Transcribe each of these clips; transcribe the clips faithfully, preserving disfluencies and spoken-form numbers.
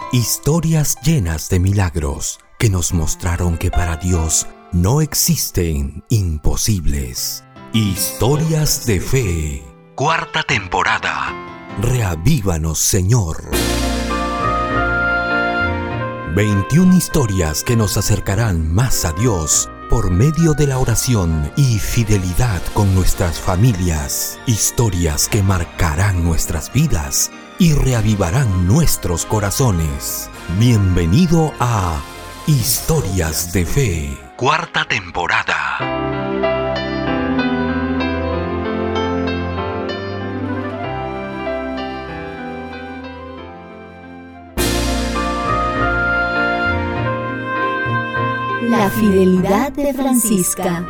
Historias llenas de milagros que nos mostraron que para Dios no existen imposibles. Historias de fe. Cuarta temporada. Reavívanos, Señor. veintiuna historias que nos acercarán más a Dios por medio de la oración y fidelidad con nuestras familias. Historias que marcarán nuestras vidas y reavivarán nuestros corazones. Bienvenido a Historias de Fe. Cuarta temporada. La fidelidad de Francisca.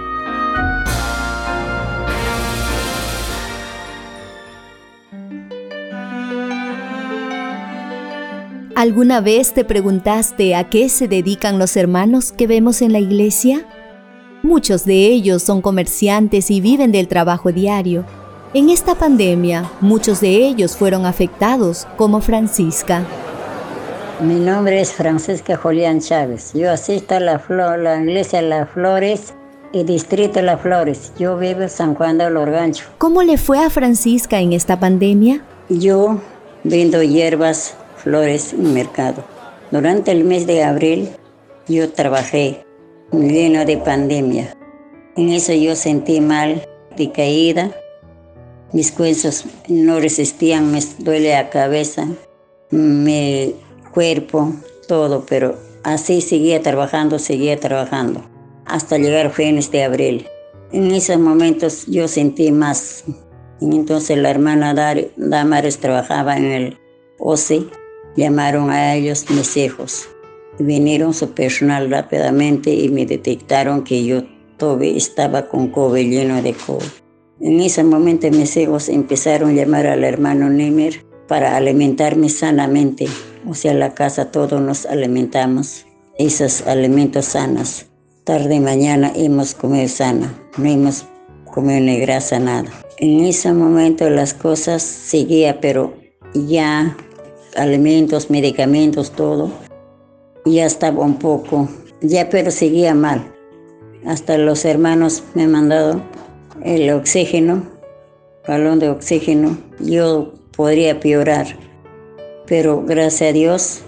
¿Alguna vez te preguntaste a qué se dedican los hermanos que vemos en la iglesia? Muchos de ellos son comerciantes y viven del trabajo diario. En esta pandemia, muchos de ellos fueron afectados, como Francisca. Mi nombre es Francisca Julián Chávez. Yo asisto a la, Flor, la iglesia Las Flores y distrito Las Flores. Yo vivo en San Juan de Lorgancho. ¿Cómo le fue a Francisca en esta pandemia? Yo vendo hierbas, flores en mercado. Durante el mes de abril yo trabajé lleno de pandemia. En eso yo sentí mal, de caída. Mis huesos no resistían, me duele la cabeza, me cuerpo, todo, pero así seguía trabajando, seguía trabajando, hasta llegar fines de abril. En esos momentos yo sentí más. Entonces la hermana Dar- Damares trabajaba en el O C E, llamaron a ellos mis hijos. Vinieron su personal rápidamente y me detectaron que yo todavía estaba con COVID, lleno de COVID. En ese momento mis hijos empezaron a llamar al hermano Nemer para alimentarme sanamente. O sea, en la casa todos nos alimentamos, esos alimentos sanos. Tarde y mañana hemos comido sana, no hemos comido ni grasa, nada. En ese momento las cosas seguían, pero ya alimentos, medicamentos, todo, ya estaba un poco, ya pero seguía mal. Hasta los hermanos me han mandado el oxígeno, balón de oxígeno, yo podría piorar. Pero gracias a Dios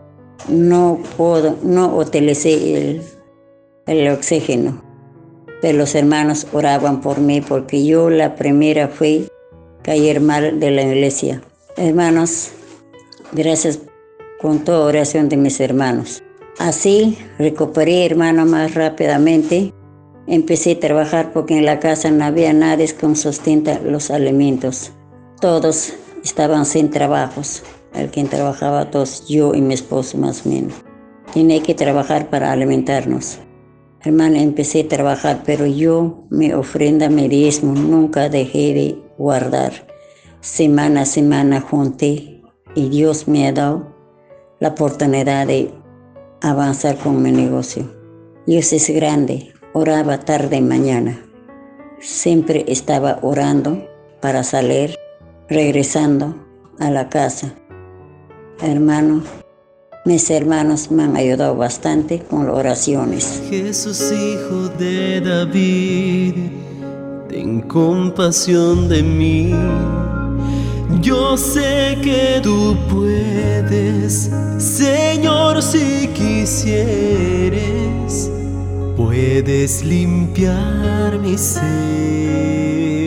no puedo, no utilicé el, el oxígeno. Pero los hermanos oraban por mí porque yo la primera fui caer mal de la iglesia. Hermanos, gracias con toda oración de mis hermanos. Así recuperé, hermano, más rápidamente. Empecé a trabajar porque en la casa no había nadie que sustenta los alimentos. Todos estaban sin trabajos. El quien trabajaba todos, yo y mi esposo más o menos. Tenía que trabajar para alimentarnos. Hermano, empecé a trabajar, pero yo mi ofrenda, mi diezmo, nunca dejé de guardar. Semana a semana junté y Dios me ha dado la oportunidad de avanzar con mi negocio. Dios es grande, oraba tarde y mañana. Siempre estaba orando para salir, regresando a la casa. Hermano, mis hermanos me han ayudado bastante con las oraciones. Jesús, hijo de David, ten compasión de mí. Yo sé que tú puedes, Señor, si quisieres, puedes limpiar mi ser.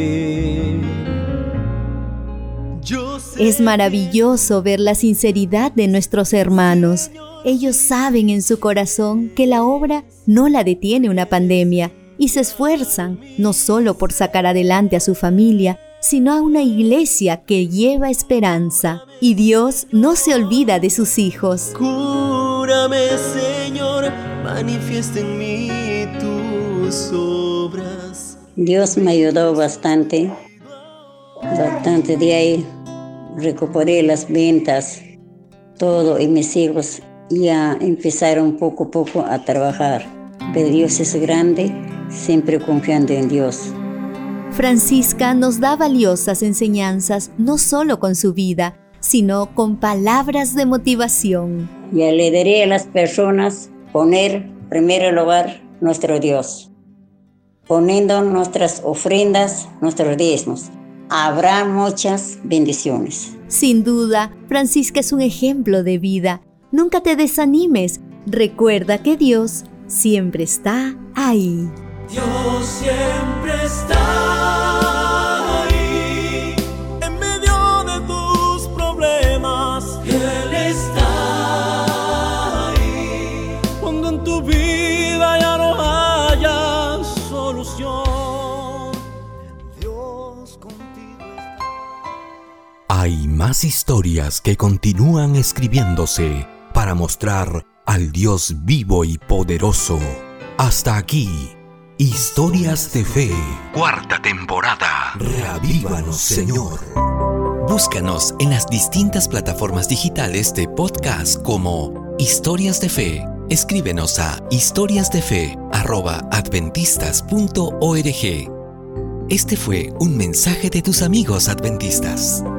Es maravilloso ver la sinceridad de nuestros hermanos. Ellos saben en su corazón que la obra no la detiene una pandemia y se esfuerzan no solo por sacar adelante a su familia, sino a una iglesia que lleva esperanza. Y Dios no se olvida de sus hijos. Cúrame, Señor, manifiesta en mí tus obras. Dios me ayudó bastante, bastante de ahí. Recuperé las ventas, todo, y mis hijos ya empezaron poco a poco a trabajar. Pero Dios es grande, siempre confiando en Dios. Francisca nos da valiosas enseñanzas no solo con su vida, sino con palabras de motivación. Y le diré a las personas poner en primer lugar nuestro Dios, poniendo nuestras ofrendas, nuestros diezmos. Habrá muchas bendiciones. Sin duda, Francisca es un ejemplo de vida. Nunca te desanimes. Recuerda que Dios siempre está ahí. Dios siempre está ahí, en medio de tus problemas. Él está ahí, cuando en tu vida ya no haya solución. Dios contigo está. Hay más historias que continúan escribiéndose para mostrar al Dios vivo y poderoso. Hasta aquí, Historias de Fe, cuarta temporada. Reavívanos, Señor. Búscanos en las distintas plataformas digitales de podcast como Historias de Fe. Escríbenos a historiasdefe arroba adventistas punto org. Este fue un mensaje de tus amigos adventistas.